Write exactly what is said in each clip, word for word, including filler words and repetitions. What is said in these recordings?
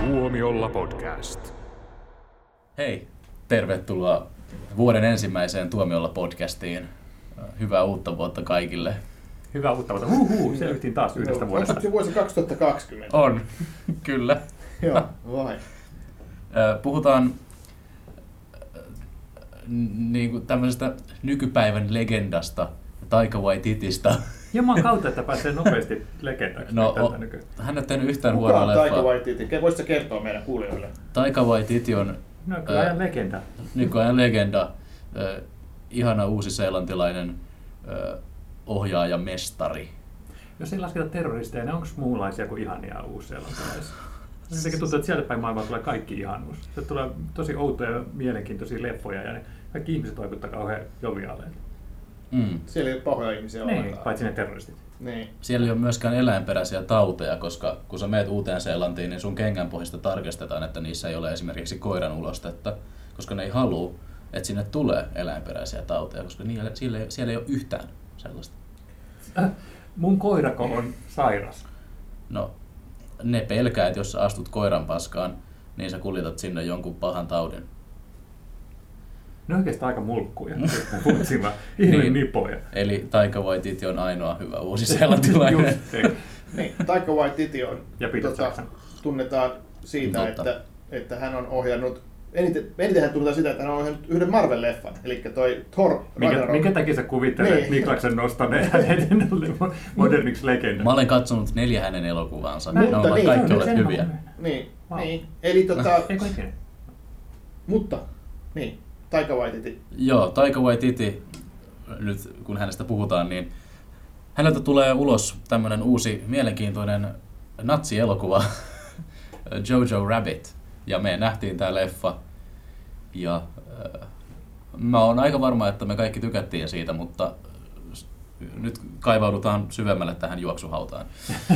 Tuomiolla podcast. Hei, tervetuloa vuoden ensimmäiseen Tuomiolla podcastiin. Hyvää uutta vuotta kaikille. Hyvää uutta vuotta. Huhhuh, selvittiin taas yhdestä vuodesta. Onko se vuosi kaksituhattakaksikymmentä? On, kyllä. Joo, vai. Puhutaan niin kuin tämmöisestä nykypäivän legendasta, Taika Waititista. Juman kautta, että pääsee nopeasti legendaksi. No, o, hän ei tehnyt yhtään huonoa leffaa. Kuka on Taika Waititi? Voisitko kertoa meidän kuulijoille? Taika Waititi on no, nykyajan legenda. Nykyajan legenda. Äh, ihana uusi-seelantilainen äh, ohjaaja mestari. Jos ei lasketa terroristeja, ne onko muunlaisia kuin ihania uusi-seelantilaisia? Jotenkin tuntuu, että sieltä päin maailmaa tulee kaikki ihanuus. Se tulee tosi outoja ja mielenkiintoisia leffoja ja ne kaikki ihmiset vaikuttaa kauhean joviaaleilta. Mm. Siellä ei ole pahoja ihmisiä niin, ollenkaan. paitsi ne terroristit. Niin. Siellä ei ole myöskään eläinperäisiä tauteja, koska kun sä meet Uuteen-Seelantiin, niin sun kengänpohjista tarkistetaan, että niissä ei ole esimerkiksi koiran ulostetta, koska ne ei halua, että sinne tulee eläinperäisiä tauteja, koska niillä, siellä, ei, siellä ei ole yhtään sellaista. Äh, mun koirako on sairas. No, ne pelkää, että jos sä astut koiran paskaan, niin sä kuljetat sinne jonkun pahan taudin. Ne on oikeastaan aika mulkkuja, puhutsimme ihmeen niin, nipoja. Eli Taika Waititi on ainoa hyvä uusi-seelantilainen. niin, Taika Waititi on, ja tota, tunnetaan siitä, Totta. että, että hän on ohjannut, eniten, eniten hän tunnetaan sitä, että hän on ohjannut yhden Marvel-leffan, eli toi Thor Minkä, minkä takia sä kuvittelet niin. Niklaksen nostaneen hänet moderniksi legendaksi? Mä olen katsonut neljä hänen elokuvaansa, Mutta ne ovat niin, kaikki no, olleet hyviä. Niin, Wow. niin. Eli tota, Eikö ikinä? mutta, niin, Taika Waititi. Joo, Taika Waititi, nyt kun hänestä puhutaan, niin häneltä tulee ulos tämmönen uusi mielenkiintoinen natsi-elokuva, Jojo Rabbit, ja me nähtiin tää leffa, ja äh, mä oon aika varma, että me kaikki tykättiin siitä, mutta nyt kaivaudutaan syvemmälle tähän juoksuhautaan.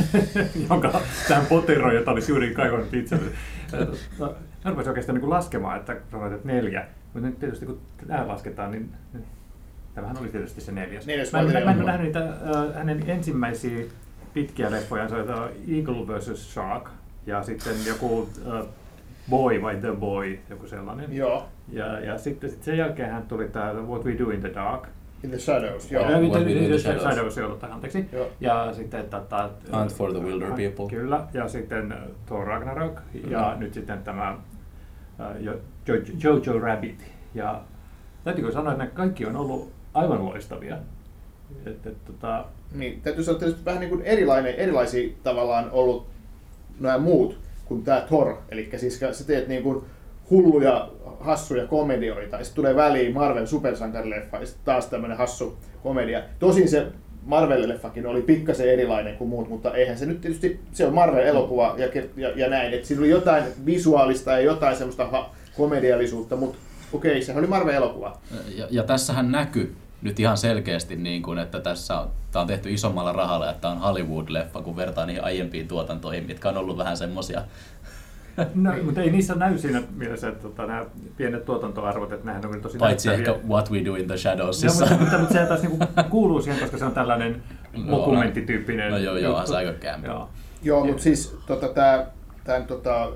Jonka tähän poteroon, jota olisi juuri kaivannut itselleni. No, mä rupesin oikeastaan niin kuin laskemaan, että sanoit, että neljä. Mutta nyt tietysti kun tämä lasketaan, niin tämähän oli tietysti se neljäs. neljäs mä, en, mä, mä en ole elokuva. nähnyt niitä äh, hänen ensimmäisiä pitkiä leffoja, se oli Eagle versus. Shark ja sitten joku äh, Boy vai The Boy, joku sellainen. Joo, Ja, ja sitten sit sen jälkeen hän tuli tämä What We Do in the Dark. In the Shadows, joo. Ja, What We Do in the Shadows. Shadows. Shadows, anteeksi. Joo. Ja sitten tota, Hunt for the Wilder People. Kyllä, ja sitten Thor Ragnarok ja Mm. nyt sitten tämä uh, jo, jo, Jojo Rabbit. Ja täytyykö sanoa, että ne kaikki on ollut aivan loistavia. Et, et, tota, Niin, täytyy sanoa, että tietysti vähän niin kuin erilainen, erilaisia tavallaan ollut nämä muut kuin tämä Thor. Eli siis sä teet niin kuin hulluja, hassuja komedioita, ja sitten tulee väliin Marvel supersankarileffa, ja sitten taas tämmöinen hassu komedia. Tosin se Marvel-leffakin oli pikkasen erilainen kuin muut, mutta eihän se nyt tietysti, se on Marvel-elokuva ja, ja, ja näin, että siinä oli jotain visuaalista ja jotain semmoista ha- komediallisuutta, mutta okei, se oli Marvel-elokuva. Ja, ja tässähän näkyy nyt ihan selkeästi, niin kuin, että tässä on, tää on tehty isommalla rahalla, että on Hollywood-leffa, kun vertaa niihin aiempiin tuotantoihin, mitkä on ollut vähän semmosia. no, mutta ei niissä näy siinä mielessä, että tota, nämä pienet tuotantoarvot, että nämähän on tosi Paitsi näyttäviä. ehkä What We Do in the Shadows. No, mutta, mutta, mutta sehän taas niinku kuuluu siihen, koska se on tällainen No, dokumenttityyppinen no joo, joo, juttu. se aika kämpä. Joo. Joo, mutta siis tota, tämä tämän, tota,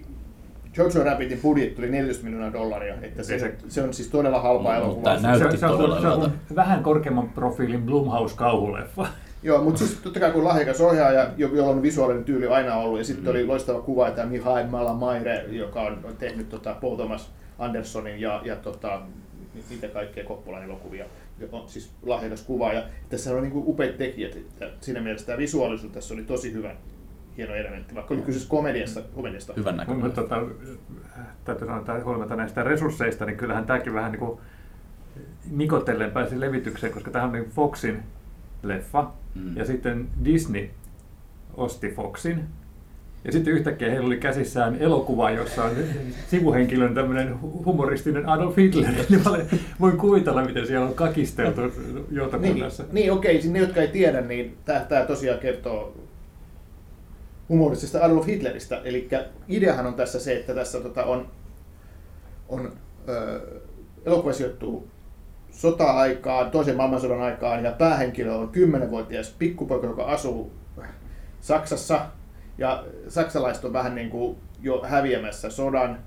Jojo Rabbitin budjetti oli neljätoista miljoonaa dollaria, että se, Se- se on siis todella halpa No, elokuva. mutta näytti Se, se, on, todella se on hyvältä. vähän korkeamman profiilin Blumhouse-kauhuleffa. Joo, mutta siis totta kai kun lahjakas ohjaaja, jo- jolla on visuaalinen tyyli aina ollut, ja sitten oli loistava kuva, että Mihail Malamaire, joka on on tehnyt tota Paul Thomas Andersonin ja, ja tota, mitä kaikkea Koppolan elokuvia, on siis lahjakas kuva, ja tässä on niinku upeat tekijät, että siinä mielessä tämä visuaalisuus tässä oli tosi hyvä, hieno elementti, vaikka oli kyseessä komediasta. komediasta. Hyvän näköinen. Mutta tota, täytyy sanoa, että huolimatta näistä resursseista, niin kyllähän tämäkin vähän niin kuin nikotellen pääsi levitykseen, koska tämä on niin Foxin leffa, Mm. ja sitten Disney osti Foxin, ja sitten yhtäkkiä heillä oli käsissään elokuva, jossa on sivuhenkilön tämmöinen humoristinen Adolf Hitler, niin mä voin kuvitella, miten siellä on kakisteltu Niin, johtokunnassa. niin okei, okay, ne jotka ei tiedä, niin tämä tosiaan kertoo humoristisesta Adolf Hitleristä. Eli ideahan on tässä se, että tässä tota, on, on ö, elokuva sijoittuu sota-aikaan, toisen maailmansodan aikaan, ja päähenkilö on kymmenvuotias pikkupoika, joka asuu Saksassa, ja saksalaiset on vähän niin kuin jo häviämässä sodan.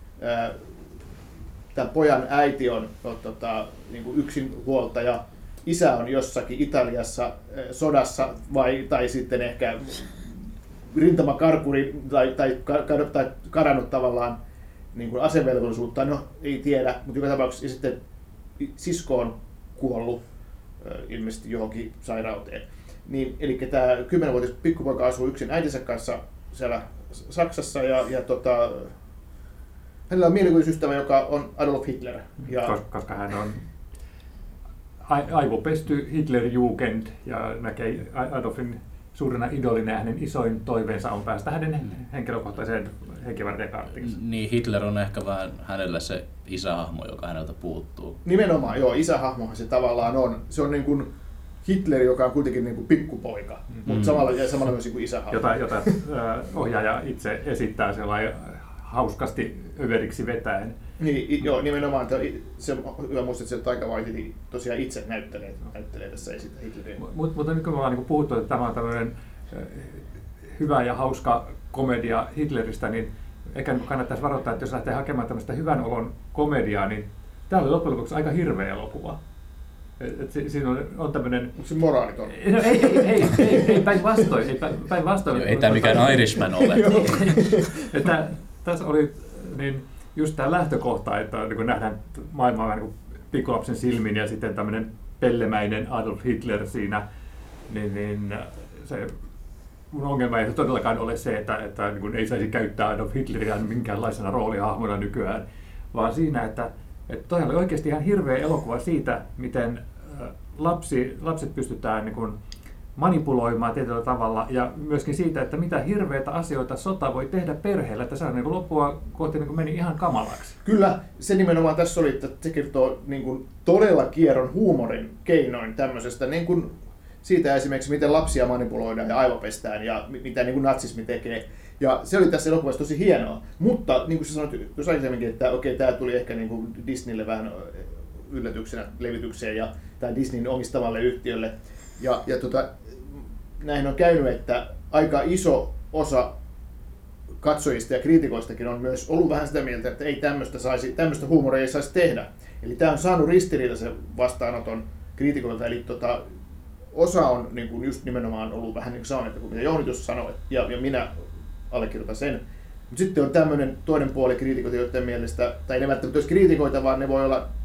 Tämän pojan äiti on, on tota, niin kuin yksinhuoltaja. Isä on jossakin Italiassa sodassa vai, tai sitten ehkä rintamakarkuri tai, tai, tai kadannut tavallaan niin kuin asevelvollisuutta. No ei tiedä, mutta joka tapauksessa sitten sisko on kuollut ilmeisesti johonkin sairauteen. Niin, eli tämä kymmenvuotias pikkupoika asuu yksin äitinsä kanssa siellä Saksassa ja, ja tota, hänellä on mielikuvitusystävä, joka on Adolf Hitler. Ja koska hän on aivopesty Hitlerjugend ja näkee Adolfin suurena idolina ja hänen isoin toiveensa on päästä hänen henkilökohtaiseen henkivartijakarttiinsa. Niin, Hitler on ehkä vähän hänellä se isähahmo, joka häneltä puuttuu. Nimenomaan, joo, isähahmohan se tavallaan on. Se on niin kuin Hitler, joka on kuitenkin niin kuin pikkupoika, mm. mutta samalla, ja samalla myös niin kuin isähahmo. Jota, jota ohjaaja itse esittää sellainen hauskasti överiksi vetäen. Niin, joo, nimenomaan. Se on hyvä muistaa, että se Taika Waititi tosiaan itse näyttelee, näyttelee tässä esitä Hitlerin. Mut, mutta nyt kun me ollaan niin puhuttu, että tämä on tämmöinen hyvä ja hauska komedia Hitleristä, niin ehkä kannattaisi varoittaa, että jos lähtee hakemaan tämmöistä hyvän olon komediaa, niin tämä oli loppujen lopuksi aika hirveä elokuva. Et si, siinä on, on tämmöinen... Onko se moraaliton? No, ei, ei, ei, ei, ei päinvastoin. Ei, päinvastoin. Ei tämä mikään Irishman ole. että, tässä oli niin just tämä lähtökohta, että niin kun nähdään maailmaa vähän niin kuin pikkulapsen silmin ja sitten tämmöinen pellemäinen Adolf Hitler siinä, niin, niin se mun ongelma ei todellakaan ole se, että, että niin kun ei saisi käyttää Adolf Hitleriä minkäänlaisena roolihahmona nykyään, vaan siinä, että Että toi oli oikeasti ihan hirveä elokuva siitä, miten lapsi, lapset pystytään niin kuin manipuloimaan tietyllä tavalla ja myöskin siitä, että mitä hirveitä asioita sota voi tehdä perheellä, että se on niin kuin loppua kohti niin kuin meni ihan kamalaksi. Kyllä, se nimenomaan tässä oli, että se kertoo niin kuin todella kierron huumorin keinoin tämmöisestä, niin kuin siitä esimerkiksi, miten lapsia manipuloidaan ja aivopestään ja mitä niin kuin natsismi tekee. Ja se oli tässä elokuvassa tosi hienoa, mutta niin kuin sä sanoit tuossa aikaisemminkin, että okei, tämä tuli ehkä niin kuin Disneylle vähän yllätyksenä levitykseen ja tai Disneyn omistavalle yhtiölle. Ja, ja tota, näin on käynyt, että aika iso osa katsojista ja kriitikoistakin on myös ollut vähän sitä mieltä, että ei tämmöistä, saisi, tämmöistä huumoria ei saisi tehdä. Eli tämä on saanut ristiriitaisen vastaanoton kriitikoilta, eli tota, osa on niin kuin just nimenomaan ollut vähän niin kuin saanut, että kun mitä Jouni tuossa sanoi, ja, ja minä allekirjoitan sen. Mutta sitten on tämmöinen toinen puoli kriitikoita, joiden mielestä, tai ne välttämättä olisi kriitikoita, vaan ne voi olla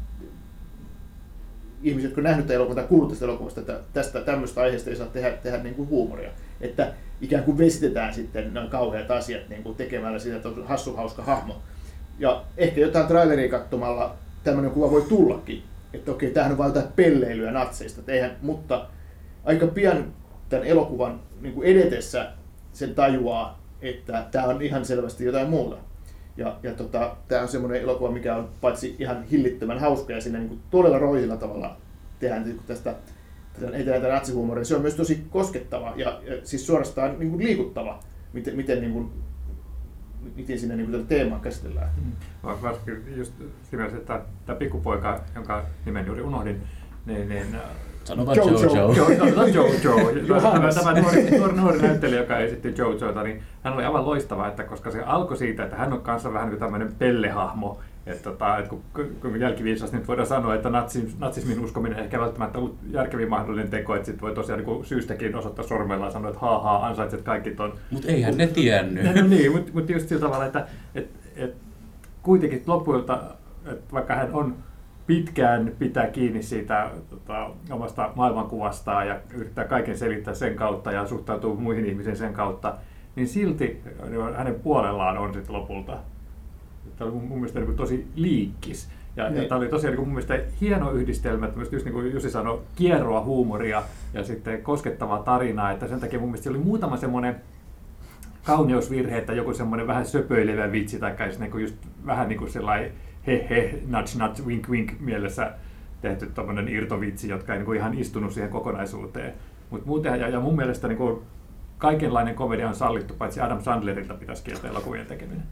ihmiset, jotka on nähnyt tämän elokuvan tai kuullut tästä elokuvasta, että tästä tämmöistä aiheesta ei saa tehdä, tehdä niin kuin huumoria. Että ikään kuin vesitetään sitten nämä kauheat asiat niin kuin tekemällä siitä, että on hassu hauska hahmo. Ja ehkä jotain traileria katsomalla tämmöinen kuva voi tullakin, että okei, tämähän on vain jotain pelleilyä natseista, eihän, mutta aika pian tämän elokuvan niin kuin edetessä sen tajuaa, että tämä on ihan selvästi jotain muuta. Ja, ja tota, tämä on semmoinen elokuva, mikä on paitsi ihan hillittömän hauska ja siinä niin kuin todella roisilla tavalla tehdään niin tästä tätä natsihuumoria. Se on myös tosi koskettava ja, ja siis suorastaan niin kuin liikuttava, miten, miten, niin kuin, miten siinä niin kuin tätä teemaa käsitellään. Mm. Varsinkin just siinä, että tämä pikkupoika, jonka nimen juuri unohdin, niin, niin sano vaan Jojo. Jojo. Tämä nuori, nuori, nuori näyttelijä, joka esitti Jojota, niin hän oli aivan loistava, että koska se alkoi siitä, että hän on kanssa vähän niin kuin tämmöinen pellehahmo, että, tota, että kun, kun jälkiviisasti nyt voidaan sanoa, että natsi, natsismin uskominen ei ehkä välttämättä ollut järkevin mahdollinen teko, että sitten voi tosiaan niin kuin syystäkin osoittaa sormella ja sanoa, että haa haa, ansaitset kaikki ton. Mutta eihän ne tiennyt. No, no niin, mutta mut just sillä tavalla, että et, et, kuitenkin loppuilta, että vaikka hän on pitkään pitää kiinni siitä tota, omasta maailmankuvastaan ja yrittää kaiken selittää sen kautta ja suhtautuu muihin ihmisiin sen kautta, niin silti hänen puolellaan on sitten lopulta. Tämä oli mun mielestä niin tosi liikkis. Ja, ja tämä oli tosiaan niin mun mielestä hieno yhdistelmä, että just niin kuin Jussi sanoi, kierroa huumoria ja sitten koskettavaa tarinaa. Että sen takia mun mielestä oli muutama semmoinen kauneusvirhe, että joku semmoinen vähän söpöilevä vitsi tai niin kuin just vähän niin kuin sellainen he he, nudge nudge, wink wink mielessä tehty tommoinen irtovitsi, jotka ei niin kuin ihan istunut siihen kokonaisuuteen. Mut muuten, ja, ja mun mielestä niin kuin kaikenlainen komedia on sallittu, paitsi Adam Sandlerilta pitäisi kieltää elokuvien tekeminen.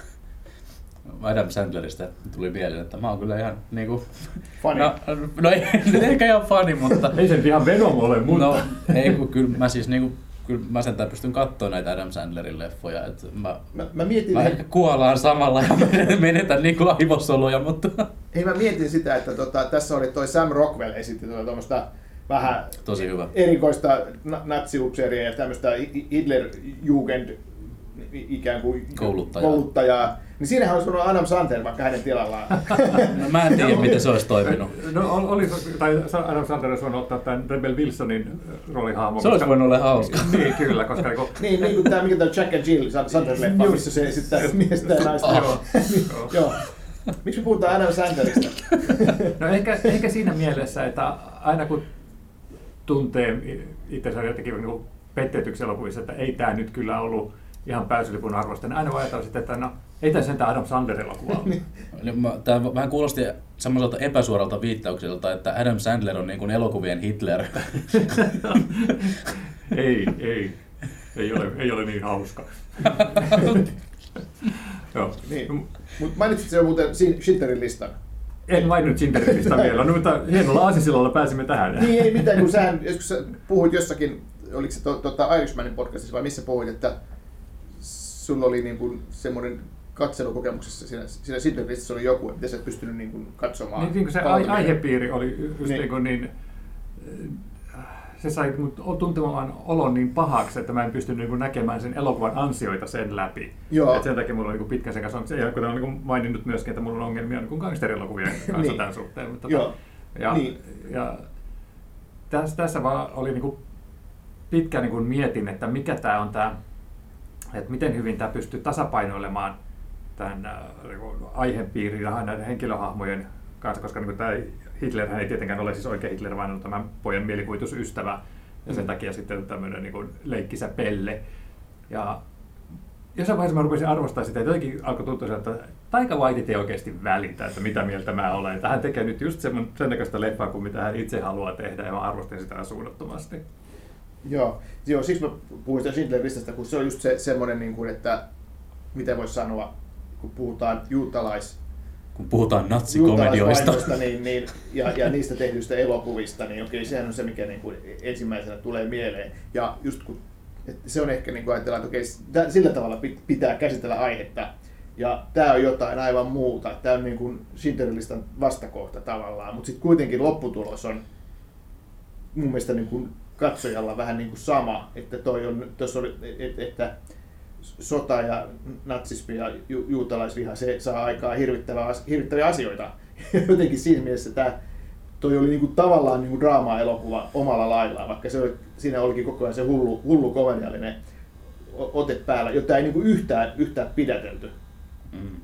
Adam Sandlerista tuli mieleen, että mä oon kyllä ihan niinku... Fani. No, no ei nyt ehkä ihan fani, mutta... Ei sen ihan Venom ole, mutta... No ei, kun kyllä mä siis niinku kyllä mä sentään pystyn katsoa näitä Adam Sandlerin leffoja. Et mä, mä, mä, mietin, mä ehkä kuolaan samalla ja menetän niin kuin aivosoluja, mutta... Ei, mä mietin sitä, että tota, tässä oli toi Sam Rockwell esitti tuommoista vähän tosi hyvä. erikoista natsiupseeria ja tämmöistä Hitlerjugend ikään kuin kouluttajaa. kouluttajaa. Niin siinähän olisi ollut Adam Sandler vaikka hänen tilallaan. No, mä en tiedä, miten se olisi toiminut. No, oli, tai Adam Sandler olisi voinut ottaa tämän Rebel Wilsonin roolihahmon. Se olisi voinut olla hauska. Niin, kyllä, koska... Niin, niin, niin kuin tämä, mikä tämä Jack and Jill Sandler-leffa, missä se esittää miestä ja naista. Joo. Joo. Miksi me puhutaan Adam Sandlerista? No ehkä, ehkä siinä mielessä, että aina kun tuntee itsensä jotenkin niin pettetyksi elokuvissa, että ei tämä nyt kyllä ollut ihan pääsylipun arvosta, niin aina voi ajatella sitten, että no, ei tämä sentään Adam Sandler-elokuva ole. Tämä vähän kuulosti semmoiselta epäsuoralta viittaukselta, että Adam Sandler on niin kuin elokuvien Hitler. ei, ei. Ei ole, ei ole niin hauska. Joo. Niin. Mut mainitsit se jo muuten Schindlerin listan. En maininnut Schindlerin listan vielä, no, mutta hienolla aasinsillalla pääsimme tähän. Niin, ei mitään, kun sähän, joskus sä puhuit jossakin, oliko se tuota Irishmanin podcastissa vai missä puhuit, että sulla oli niin kuin semmoinen katselukokemuksessa siinä, siinä Schindlerin listassa oli joku, mitä sä et pystynyt niin kuin katsomaan. Niin, niin kuin se ai- aihepiiri oli just niin. Niin, niin se sai mut tuntemaan olon niin pahaksi, että mä en pystynyt niin näkemään sen elokuvan ansioita sen läpi. Et sen takia mulla on niin pitkä sen kanssa, ja kuten olen niin maininnut myöskin, että mulla on ongelmia niin gangsterilokuvien kanssa niin. Tämän suhteen. Mutta Joo. Ja, niin. ja tässä, tässä vaan oli niin pitkä niin mietin, että mikä tämä on tämä, että miten hyvin tämä pystyy tasapainoilemaan tämän niin aihepiirin ja näiden henkilöhahmojen kanssa, koska niin tämä Hitlerhän ei tietenkään ole siis oikea Hitler, vaan on tämän pojan mielikuvitusystävä ja sen mm. takia sitten tämmöinen niin kuin leikkisä pelle. Ja jossain vaiheessa mä rupesin arvostaa sitä, että jotenkin alkoi tuntua, että Taika Waititi ei oikeasti välitä, että mitä mieltä mä olen. Että hän tekee nyt just sen, sen näköistä leffaa kuin mitä hän itse haluaa tehdä, ja mä arvostin sitä suunnattomasti. Joo, Joo siksi mä puhuin sitä Schindler-listasta, kun se on just se, semmoinen, niin kuin, että mitä voisi sanoa, kun puhutaan juutalais kun puhutaan natsikomedioista niin, niin, ja, ja niistä tehdyistä elokuvista, niin okei, sehän on se, mikä niin kuin ensimmäisenä tulee mieleen. Ja just kun, että se on ehkä niin kuin ajatellaan, että okei, sillä tavalla pitää käsitellä aihetta. Ja tämä on jotain aivan muuta. Tämä on niin kuin Schindlerin listan vastakohta tavallaan, mutta sitten kuitenkin lopputulos on mun mielestä niin kuin katsojalla vähän niin kuin sama, että toi on, tuossa oli, että, että sota ja natsismi ja ju- juutalaisviha, se saa aikaan hirvittäviä asioita. Jotenkin siinä mielessä tämä toi oli niinku tavallaan niinku draama-elokuva omalla laillaan, vaikka se oli, siinä olikin koko ajan se hullu, hullu komediallinen ote päällä, jota ei niinku yhtään, yhtään pidätelty. Mm.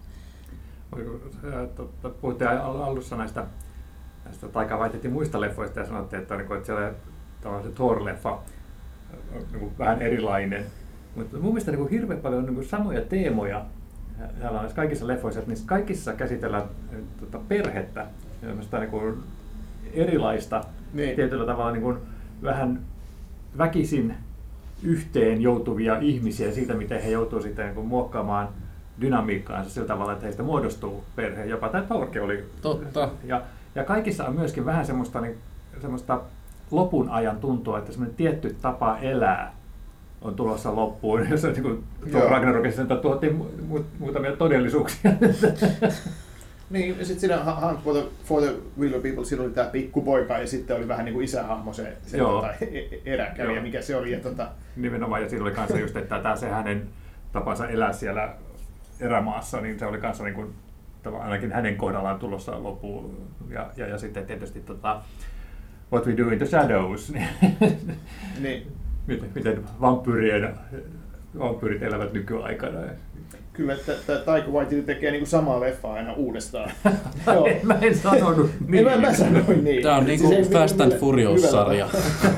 Puhutte alussa näistä, näistä Taika Waititin muista leffoista ja sanotte, että, että siellä se Thor-leffa on vähän erilainen. Mutta mun mielestä niin hirveän paljon niin samoja teemoja täällä on kaikissa leffoissa, että niissä kaikissa käsitellään tuota, perhettä, niin kuin erilaista, niin. Tietyllä tavalla niin kuin vähän väkisin yhteen joutuvia ihmisiä siitä, miten he joutuu sitten niin kuin muokkaamaan dynamiikkaansa sillä tavalla, että heistä muodostuu perhe. Jopa tämä Thorke oli. Totta. Ja, ja kaikissa on myöskin vähän semmoista, niin, semmoista lopun ajan tuntua, että semmoinen tietty tapa elää on tulossa loppuun, jos on niin kuin Ragnarokissa tuotiin mu- muutamia todellisuuksia. Niin, ja sitten siinä Hunt for the, for the Wilder People, siinä oli tämä pikkupoika ja sitten oli vähän niin kuin isähahmo se, se tota, eräkävijä, mikä se oli. Ja tota... Nimenomaan, ja siinä oli kanssa just, että tämä se hänen tapansa elää siellä erämaassa, niin se oli kanssa niin kuin, ainakin hänen kohdallaan tulossa loppuun. Ja, ja, ja sitten tietysti tota, What We Do in the Shadows. Niin. Miten, miten vampyyrien, vampyyrit elävät nykyaikana. Kyllä, että Taika Waititi tekee niinku samaa leffaa aina uudestaan. en, mä en sanonut niin. Ei, mä, mä sanoin niin. Tämä on niinku siis Fast and Furious-sarja.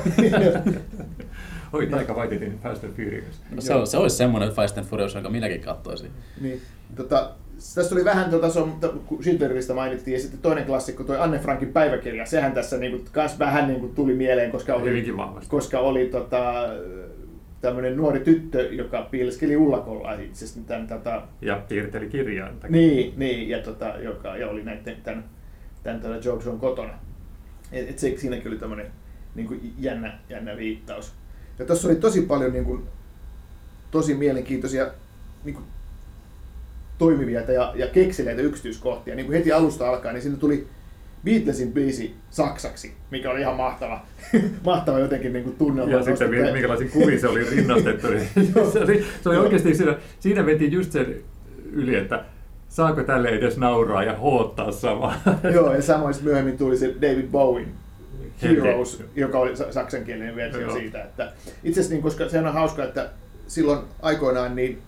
Oi, Taika Waititin Fast and Furious. No, se, se olisi semmoinen Fast and Furious, jonka minäkin katsoisin. Niin. Tota, tässä oli vähän, tota, kun Schindleristä mainittiin, ja sitten toinen klassikko, toi Anne Frankin päiväkirja, sehän tässä niinku, kans vähän niinku, tuli mieleen, koska oli, koska oli tota, tämmöinen nuori tyttö, joka piileskeli ullakolla itse tämän, tota, ja piirteli kirjaa. Niin, niin ja, tota, joka, ja oli näiden, tämän, tämän, tämän Joe kotona. Et, et se, siinäkin oli tämmöinen niinku, jännä, jännä viittaus. Ja tuossa oli tosi paljon niin kuin, tosi mielenkiintoisia niin kuin, toimivia ja, ja kekseleitä yksityiskohtia. Niin kuin heti alusta alkaen, niin sinne tuli Beatlesin biisi saksaksi, mikä oli ihan mahtava, mahtava jotenkin niin kuin tunnelma. Ja sitten minkälaisia kuvia se oli rinnastettu. se, oli, se oli oikeasti siinä, siinä mentiin just sen yli, että saako tälle edes nauraa ja hoottaa samaa. Joo, ja samoin myöhemmin tuli se David Bowen Heroes, joka oli saksankielinen versio Joo. siitä. Että itse asiassa, niin, koska se on hauska, että silloin aikoinaan niin,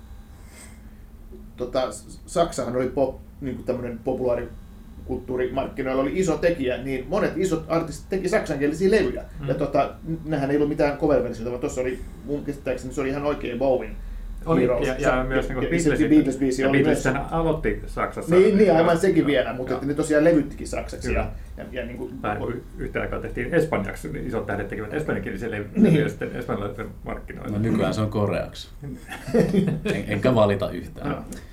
tota, Saksahan oli pop, niin kuin tämmöinen populaarikulttuurimarkkinoilla oli iso tekijä, niin monet isot artistit teki saksankielisiä levyjä. Mm. Ja tota, nämähän ei ollut mitään cover-versioita, vaan tuossa oli, mun käsittääkseni se oli ihan oikein Bowen. Oli, ja, ja, ja myös niin Beatles-biisi oli myös. Aloitti Saksassa. Niin, niin aivan sekin vielä, mutta että ne tosiaan levyttikin saksaksi. Ja, ja, ja niin kuin, vähän yhtä aikaa tehtiin espanjaksi, niin isot tähdet tekivät espanjankielisiä levyjä niin. ja sitten espanjalaisen markkinoilla. No nykyään se on koreaksi. en, enkä valita yhtään. No.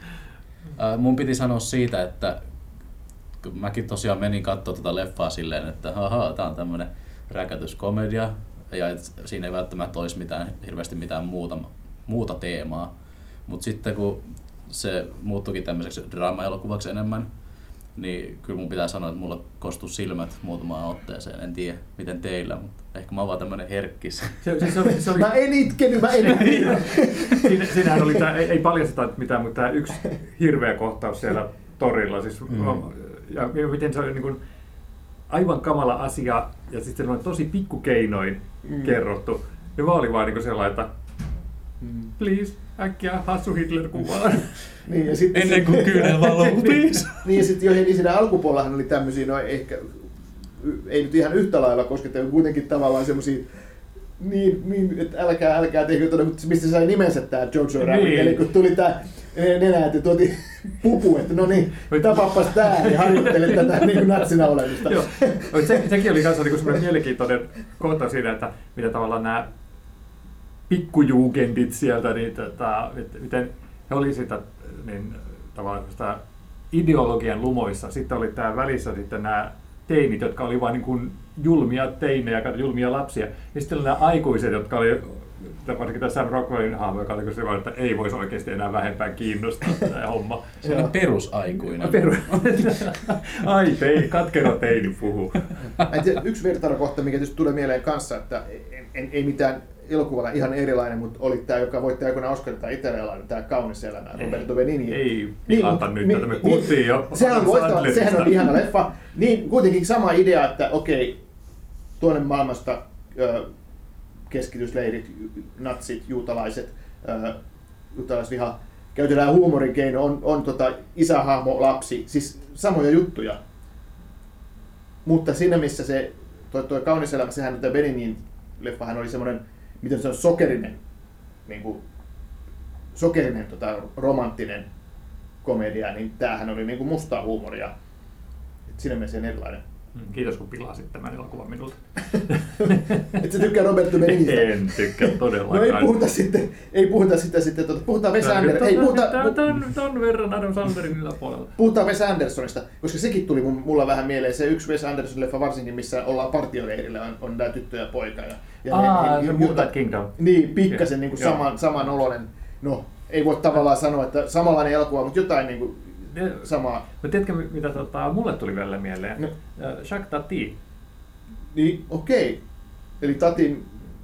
Uh, mun piti sanoa siitä, että kun mäkin tosiaan menin katsoa tätä leffaa silleen, että ahaa, tää on tämmönen räkätyskomedia, ja et siinä ei välttämättä olisi mitään, hirveästi mitään muuta, muuta teemaa. Mutta sitten kun se muuttuikin tämmöiseksi draama-elokuvaksi enemmän, niin kyllä mun pitää sanoa, että mulla kostui silmät muutamaan otteeseen. En tiedä, miten teillä, mutta ehkä mä oon vaan tämmönen herkkis. Se, se, se oli, se oli... Mä en itkenyt, mä en itkenyt. Siinä, siinähän oli tää, ei, ei paljasteta mitään, mutta tämä yksi hirveä kohtaus siellä torilla. Siis, mm. ja, ja miten se oli niin kuin aivan kamala asia, ja sitten se oli tosi pikkukeinoin mm. kerrottu. Ja mä olin vaan niin sellainen, että mm. please, äkkiä hassu Hitler-kuvaan. Niin, ja sitten ennen kuin kyynel valuu, please. Niin, ja sitten jo heti siinä alkupuolellahan oli tämmöisiä, no ehkä, ei nyt ihan yhtä lailla kosketa, kuitenkin tavallaan semmoisia, niin, niin, että älkää, älkää tehkö tuonne, mistä sai nimensä tää Jojo Rabbit, niin. Eli kun tuli tää nenä, että tuotiin pupu, että no niin, tapappas tää ja harjoittele tätä niin kuin natsina olemista. Joo, se, sekin oli kanssa niin semmoinen mielenkiintoinen kohta siinä, että mitä tavallaan nämä pikkujugendit sieltä, niin tota, miten he oli sitä niin, tavallaan sitä ideologian lumoissa. Sitten oli tää välissä sitten nämä teinit, jotka oli vain niin kuin julmia teinejä, julmia lapsia. Ja sitten oli nämä aikuiset, jotka oli, varsinkin tämä Sam Rockwellin hahmo, joka oli se, että ei voisi oikeasti enää vähempään kiinnostaa tämä homma. Se on perusaikuinen. Peru. Ai, teini, katkero teini puhuu. Yksi vertailukohta, mikä tietysti tulee mieleen kanssa, että en, en, ei mitään elokuvana ihan erilainen, mutta oli tämä, joka voitti aikoinaan Oscarin, tämä italialainen, tämä Kaunis elämä, Roberto Benigni. Ei pilata niin, nyt, että me puhuttiin niin, jo. Sehän on loistava, sehän on ihana leffa. Niin kuitenkin sama idea, että okei, tuonne maailmasta ö, keskitysleirit, natsit, juutalaiset, ö, juutalaisviha, käytetään huumorin keino, on, on tota, isähahmo, lapsi, siis samoja juttuja. Mutta siinä missä se, toi, toi Kaunis elämä, sehän tämä Benignin leffahan oli semmoinen, miten se on sokerinen, niin kuin, sokerinen tota, romanttinen komedia, niin tämähän oli niin kuin mustaa huumoria. Et siinä mielessä erilainen. Kiitos kun pilasit tämän elokuvan minulta. Et sä tykkää Roberto Benignistä? En tykkää todellakaan. No ei puhuta sitten, ei puhuta sitä sitten, tuota, puhutaan Wes Andersonista. Ei puhuta ton verran Adam Sandlerin yläpuolella. Puhutaan Wes Andersonista, koska sekin tuli mulla vähän mieleen, se yksi Wes Anderson leffa varsinkin, missä ollaan partioleirillä, on, on tää tyttö ja poika. Ja, ja Aa, ne, ne, Mutant Kingdom. Niin, pikkasen niin kuin saman, samanoloinen, no ei voi tavallaan sanoa, että samanlainen elokuva, mutta jotain niin kuin samaa. No tiedätkö, mitä tota, mulle tuli vielä mieleen? No. Jacques Tati. Niin, okei. Eli Tatin,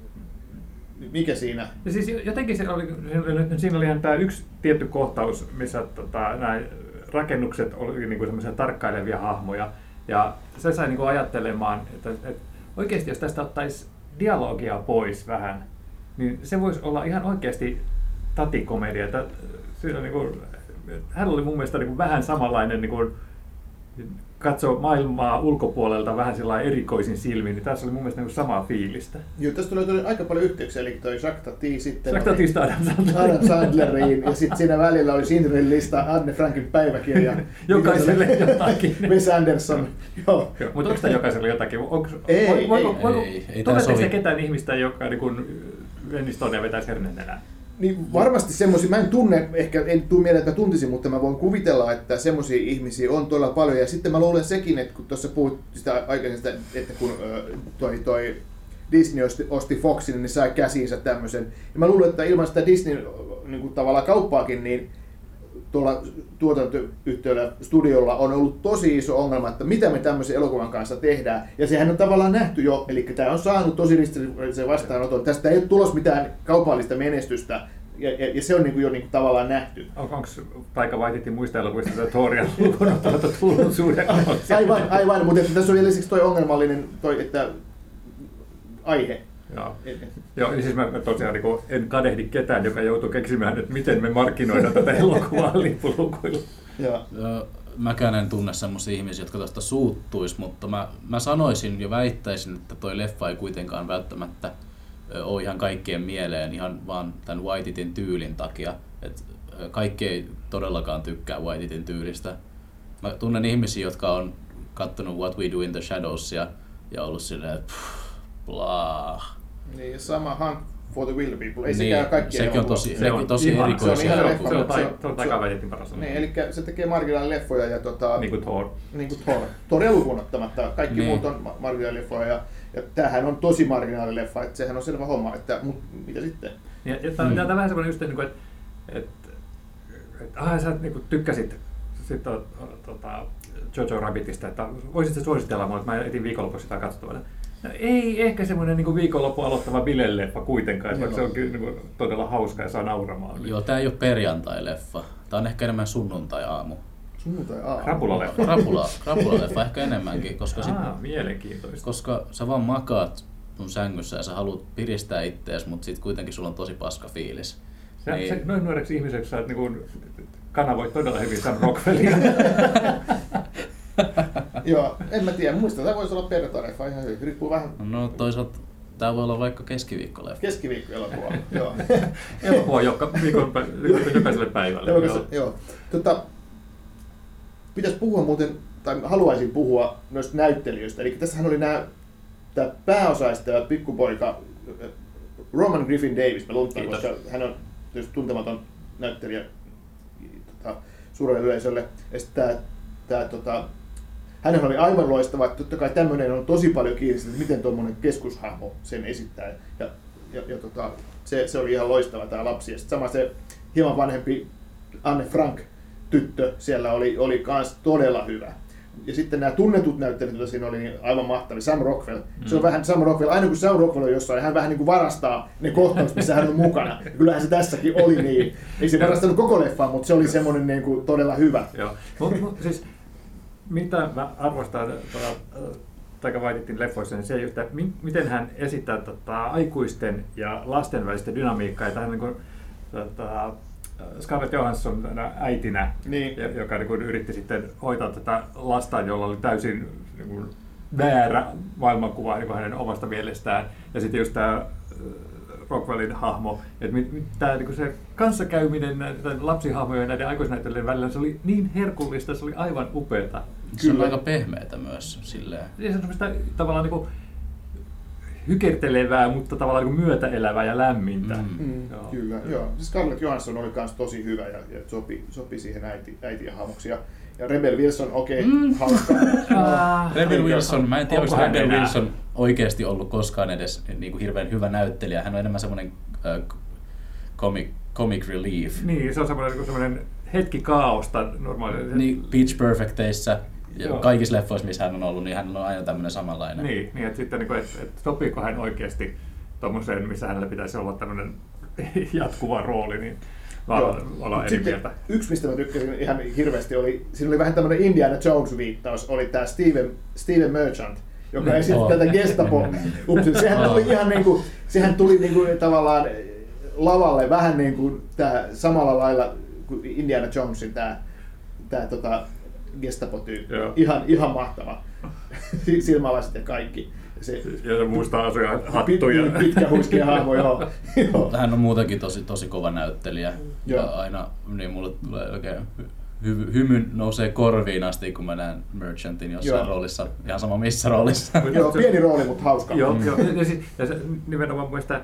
mikä siinä? Ja siis jotenkin se oli, siinä oli ihan tämä yksi tietty kohtaus, missä tota, nämä rakennukset oli niinku semmoisia tarkkailevia hahmoja. Ja se sai niinku ajattelemaan, että, että oikeasti jos tästä ottaisi dialogia pois vähän, niin se voisi olla ihan oikeasti tatikomedia. Siinä niinku, hän oli mun mielestä niin vähän samanlainen, niin kuin katsoo maailmaa ulkopuolelta vähän sellainen erikoisin silmin, niin tässä oli mun mielestä niin samaa fiilistä. Joo, tässä tuli, tuli aika paljon yhteyksiä, eli toi Jacques Tati sitten Jacques Tatista Adam Sandleriin. Adam Sandleriin, ja sitten siinä välillä oli Schindlerin lista, Anne Frankin päiväkirja. Jokaiselle jotakin. Wes Anderson, joo. joo. Mutta onko tämä jokaiselle jotakin? Onko, ei, voi, voi, ei, voi, ei, ei. Tunnetteko te ketään ihmistä, joka niin menisi tuonne ja vetäisi herneen enää? Niin varmasti semmoisia, mä en tunne, ehkä en tule mieleen, että mä tuntisin, mutta mä voin kuvitella, että semmoisia ihmisiä on todella paljon. Ja sitten mä luulen sekin, että kun tuossa puhut sitä aikaisemmin, että kun toi, toi Disney osti, osti Foxin, niin sai käsiinsä tämmöisen. Ja mä luulen, että ilman sitä Disney niin kuin tavallaan kauppaakin, niin tuolla tuotantoyhtiöllä, studiolla on ollut tosi iso ongelma, että mitä me tämmöisen elokuvan kanssa tehdään. Ja sehän on tavallaan nähty jo, eli tämä on saanut tosi ristiriitaisen vastaanoton. Tästä ei ole tulos mitään kaupallista menestystä, ja, ja, ja se on niin kuin jo niin kuin tavallaan nähty. Onko Taika Waititi muista elokuvista tätä Thoria lukunottamatta tullut suuren Aivan, aivan, mutta tässä on vielä lisäksi toi ongelmallinen toi, että aihe. Joo, Joo niin siis mä, mä tosiaan niin en kadehdi ketään, joka joutuu keksimään, että miten me markkinoidaan tätä elokuvaa lippulukuilla. Joo. Mäkään en tunne semmoisia ihmisiä, jotka tuosta suuttuisi, mutta mä, mä sanoisin ja väittäisin, että toi leffa ei kuitenkaan välttämättä ole ihan kaikkien mieleen ihan vaan tämän Waititin tyylin takia. Et kaikki ei todellakaan tykkää Waititin tyylistä. Mä tunnen ihmisiä, jotka on kattonut What We Do in the Shadows ja, ja ollut silleen, että blah. Niin, sama Hunt for the Wilder People. Ei niin, sekään kaikkien sekin on tosi, se on tosi ihan, erikoisia. Se on, se on, se on, se on Taika Waititin paras. Niin, eli se tekee marginaalileffoja ja tota... Niin kuin Thor. Niin kuin Thor. Thor lukuun ottamatta. Kaikki niin. muut on marginaalileffoja ja, ja tämähän on tosi marginaalileffa, että sehän on selvä homma, että mut, mitä sitten? Ja, ja tämä mm. on vähän semmoinen just, että et, et, ah, sä niin kuin tykkäsit sit, to, tota, Jojo Rabbitista, että voisit sä suositella mua, että mä etin viikonlopussa sitä katsottavana. No, ei ehkä semmoinen niin viikonloppu aloittava bileleffa kuitenkaan, vaikka se on kyllä niin todella hauska ja saa nauramaan. Joo, tää ei ole perjantai-leffa. Tää on ehkä enemmän sunnuntai-aamu. Sunnuntai-aamu? Krapula-leffa. Krapula, krapula-leffa ehkä enemmänkin, koska, Aa, sit, mielenkiintoista. koska sä vaan makaat sun sängyssä ja sä haluat piristää ittees, mutta sit kuitenkin sulla on tosi paska fiilis. Sä, niin... sä, noin nuoreksi ihmiseksi sä niin kanavoit todella hyvin Sam Rockwellia. Joo, en mä tiedä. Muista, tämä voisi olla perjantai-leffa ihan hyvin. Riippuu vähän... No toisaalta tää voi olla vaikka keskiviikkoleffa. Keskiviikko-elokuva, joo. Elokuva joka viikon jokaiselle päivälle. Joo. joo. Tota, pitäisi puhua muuten, tai haluaisin puhua noista näyttelijöistä. Eli tässähän oli nämä, tämä pääosaista ja pikkupoika Roman Griffin Davis, mä lunttaan, koska hän on tietysti tuntematon näyttelijä tota, suurelle yleisölle. Ja sitten tämä, tämä tota, hänellä oli aivan loistava, että totta kai tämmöinen on tosi paljon kiinni, että miten tuommoinen keskushahmo sen esittää. Ja, ja, ja tota, se, se oli ihan loistava tämä lapsi. Ja sitten sama se hieman vanhempi Anne Frank tyttö siellä oli, oli kans todella hyvä. Ja sitten nämä tunnetut näyttelijät, joita siinä oli, niin aivan mahtavia. Sam Rockwell. Mm. Se on vähän Sam Rockwell, aina kun Sam Rockwell on jossain, hän vähän niin kuin varastaa ne kohtaukset, missä hän on mukana. Ja kyllähän se tässäkin oli niin. Ei se varastanut koko leffaa, mutta se oli semmoinen niin kuin todella hyvä. Joo. Mut, mut, siis, mitä mä arvostan Taika Waititin leffoissa, niin se just, että miten hän esittää tota, aikuisten ja lasten välistä dynamiikkaa. Ja tähän niin kuin, tota, Scarlett Johansson äitinä, niin. joka niin kuin, yritti sitten hoitaa tätä lasta, jolla oli täysin niin kuin, väärä maailmankuva niin kuin hänen omasta mielestään. Ja sitten just tämä Rockwellin hahmo, että tämä niin kuin se kanssakäyminen näiden lapsihahmojen ja näiden aikuisnäyttelijöiden välillä, se oli niin herkullista, se oli aivan upeata. Se on aika pehmeätä myös silleen. Se on semmoista tavallaan niin kuin hykertelevää, mutta tavallaan niin kuin myötäelävää ja lämmintä. Mm. Mm, joo. Kyllä, joo. Scarlett Johansson oli myös tosi hyvä ja, ja sopi, sopi siihen äiti, äitien hahmoksi. Ja, ja Rebel Wilson, okei, okay, mm. hauska. ah, Rebel Wilson, mä en tiedä, onko Rebel enää? Wilson oikeasti ollut koskaan edes niin kuin hirveän hyvä näyttelijä. Hän on enemmän semmoinen äh, comic, comic relief. Niin, se on semmoinen, niin semmoinen hetki kaaosta normaali. Niin, Pitch Perfecteissä. Ja kaikissa leffoissa, missä hän on ollut, niin hän on aina tämmöinen samanlainen. Niin, niin että sitten, että, että sopiiko hän oikeasti tuommoiseen, missä hänellä pitäisi olla tämmöinen jatkuva rooli, niin vaan olla eri mieltä. Yksi, mistä mä tykkäsin ihan hirveästi, oli, siinä oli vähän tämmöinen Indiana Jones-viittaus, oli tämä Steven, Steven Merchant, joka mm. esitti oh. tätä Gestapo. Sehän tuli ihan niin kuin, sehän tuli niin kuin tavallaan lavalle vähän niin kuin tämä samalla lailla kuin Indiana Jonesin tämä, tämä tota, Gestapo-tyyppi. Ihan, ihan mahtava. Silmälaiset ja kaikki. Se, ja se muista asuja hattuja. Pit, pitkä huiskea hahmo, joo. Hän on muutenkin tosi, tosi kova näyttelijä. Ja aina niin mulle tulee oikein hy, hymy nousee korviin asti, kun mä näen Merchantin jossain joo. roolissa. Ihan sama missä roolissa. Joo, pieni rooli, mutta hauska. Joo, mm. joo. Ja, sit, ja se, nimenomaan muista,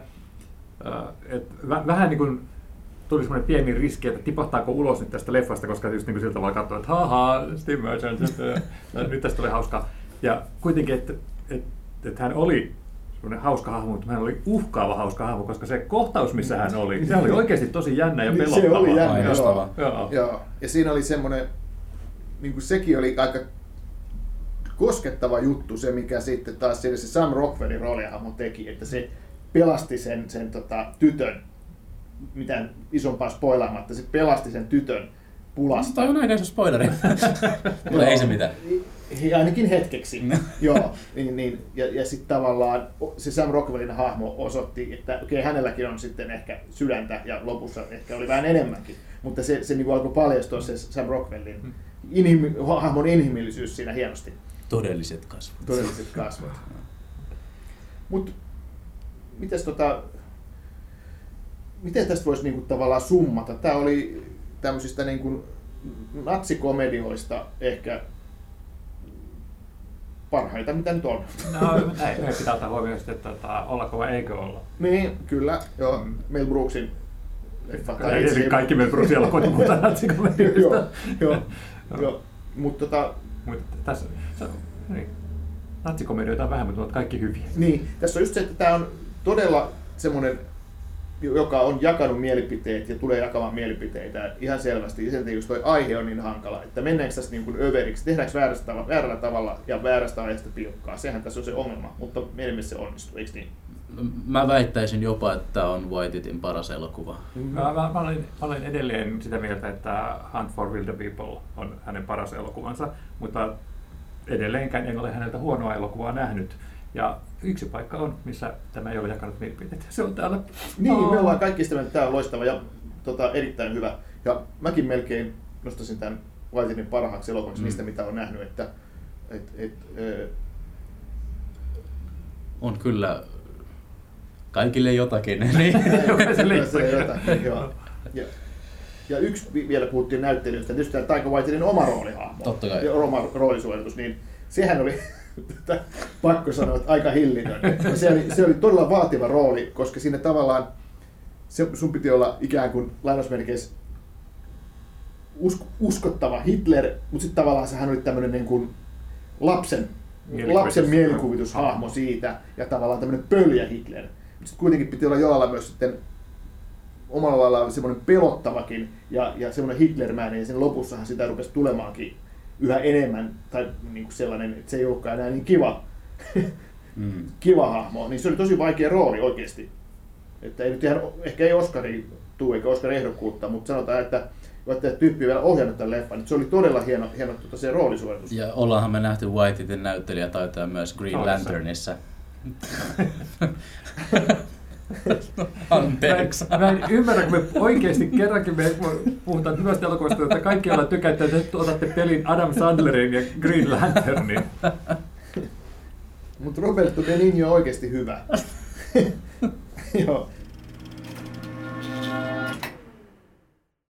että vähän niin kuin tuli semmoinen pieni riski, että tipahtaako ulos nyt tästä leffasta, koska just niin kuin sillä tavalla katsoi, että haha, Steve Merchant, nyt tästä tuli hauskaa. Ja kuitenkin, että, että, että hän oli semmoinen hauska hahmo, mutta hän oli uhkaava hauska hahmo, koska se kohtaus, missä hän oli, se oli oikeasti tosi jännä ja pelottava. Se oli jännä, joo. joo. joo. Ja siinä oli semmoinen, niin kuin sekin oli aika koskettava juttu, se mikä sitten taas se Sam Rockwellin roolihahmo teki, että se pelasti sen, sen tota, tytön, mitään isompaa spoilaamatta, se pelasti sen tytön pulasta. Toi on aika iso spoileri. Mutta ei se mitään. Ainakin hetkeksi. Joo, niin, niin, ja, ja sitten tavallaan se Sam Rockwellin hahmo osoitti, että okei, hänelläkin on sitten ehkä sydäntä ja lopussa ehkä oli vähän enemmänkin, mutta se, se niin alkoi paljastua se Sam Rockwellin inhim, hahmon inhimillisyys siinä hienosti. Todelliset kasvot. Todelliset kasvot. Mutta mites tota, miten tästä voisi niinku tavallaan summata? Tämä oli tämmöisistä niinku natsikomedioista ehkä parhaita, mitä nyt on. No, ei, ei pitää ottaa huomioon, että tota, ollako vai eikö olla. Niin, kyllä. Joo, Mel Brooksin leffa. Eli kaikki Mel Brooksin elokuvat puhutaan natsikomedioista. Joo, joo, joo. Mutta tota... Mut tässä, se, niin. Natsikomedioita on vähän, mutta ovat kaikki hyviä. Niin, tässä on just se, että tämä on todella semmoinen, joka on jakanut mielipiteet ja tulee jakamaan mielipiteitä ihan selvästi. Ja sen takia just toi aihe on niin hankala, että mennäänkö tässä niin kuin överiksi, tehdäänkö väärästä tavalla, väärällä tavalla ja väärästä aiheesta pilkkaa. Sehän tässä on se ongelma, mutta meidän mielestä se onnistuu, eikö niin? Mä väittäisin jopa, että tämä on Waititin paras elokuva. Mä, mä, mä, olen, mä olen edelleen sitä mieltä, että Hunt for Wilder People on hänen paras elokuvansa, mutta edelleenkään en ole häneltä huonoa elokuvaa nähnyt. Ja yksi paikka on, missä tämä ei ole jakanut mielipiteitä. Se on täällä. Niin, me ollaan kaikki sitä mieltä, että tämä on loistava ja tota, erittäin hyvä. Ja mäkin melkein nostaisin tämän Waitinin parhaaksi elokuvaksi mm. niistä, mitä on nähnyt. Että, et, et, ö... On kyllä kaikille jotakin. Jokaiselle jotakin, joo. Ja, ja yksi vielä puhuttiin näyttelijöistä, tietysti tämä Taika Waitinin oma roolihahmo. Totta kai. Ja oma roolisuoritus, niin sehän oli pakko sanoa, että aika hillitön. Ja se, oli, se oli todella vaativa rooli, koska siinä tavallaan se, sun piti olla ikään kuin lainausmerkeissä usk, uskottava Hitler, mutta sitten tavallaan sehän oli tämmöinen niin kuin lapsen, lapsen mielikuvitushahmo siitä ja tavallaan tämmöinen pöljä Hitler. Sitten kuitenkin piti olla jollain myös sitten omalla lailla semmoinen pelottavakin ja, ja semmoinen hitlermäinen ja sen lopussahan sitä rupesi tulemaankin yhä enemmän, tai niin kuin sellainen, että se ei olekaan enää niin kiva, mm. kiva hahmo, niin se oli tosi vaikea rooli oikeasti. Että ei nyt ihan, ehkä ei Oscaria tule eikä Oscar-ehdokkuutta, mutta sanotaan, että että tyyppi vielä ohjannut tämän leffan, niin se oli todella hieno, hieno tuota, se roolisuoritus. Ja ollaanhan me nähty Waititin näyttelijä taitaa myös Green Lanternissa. Anteeksi. Mä, mä en ymmärrä, kun me oikeasti kerrankin me puhutaan hyvästä elokuvasta, että kaikki ollaan tykättä, että te otatte pelin Adam Sandlerin ja Green Lanternin. Mutta Roberto Benigni on oikeasti hyvä. Joo.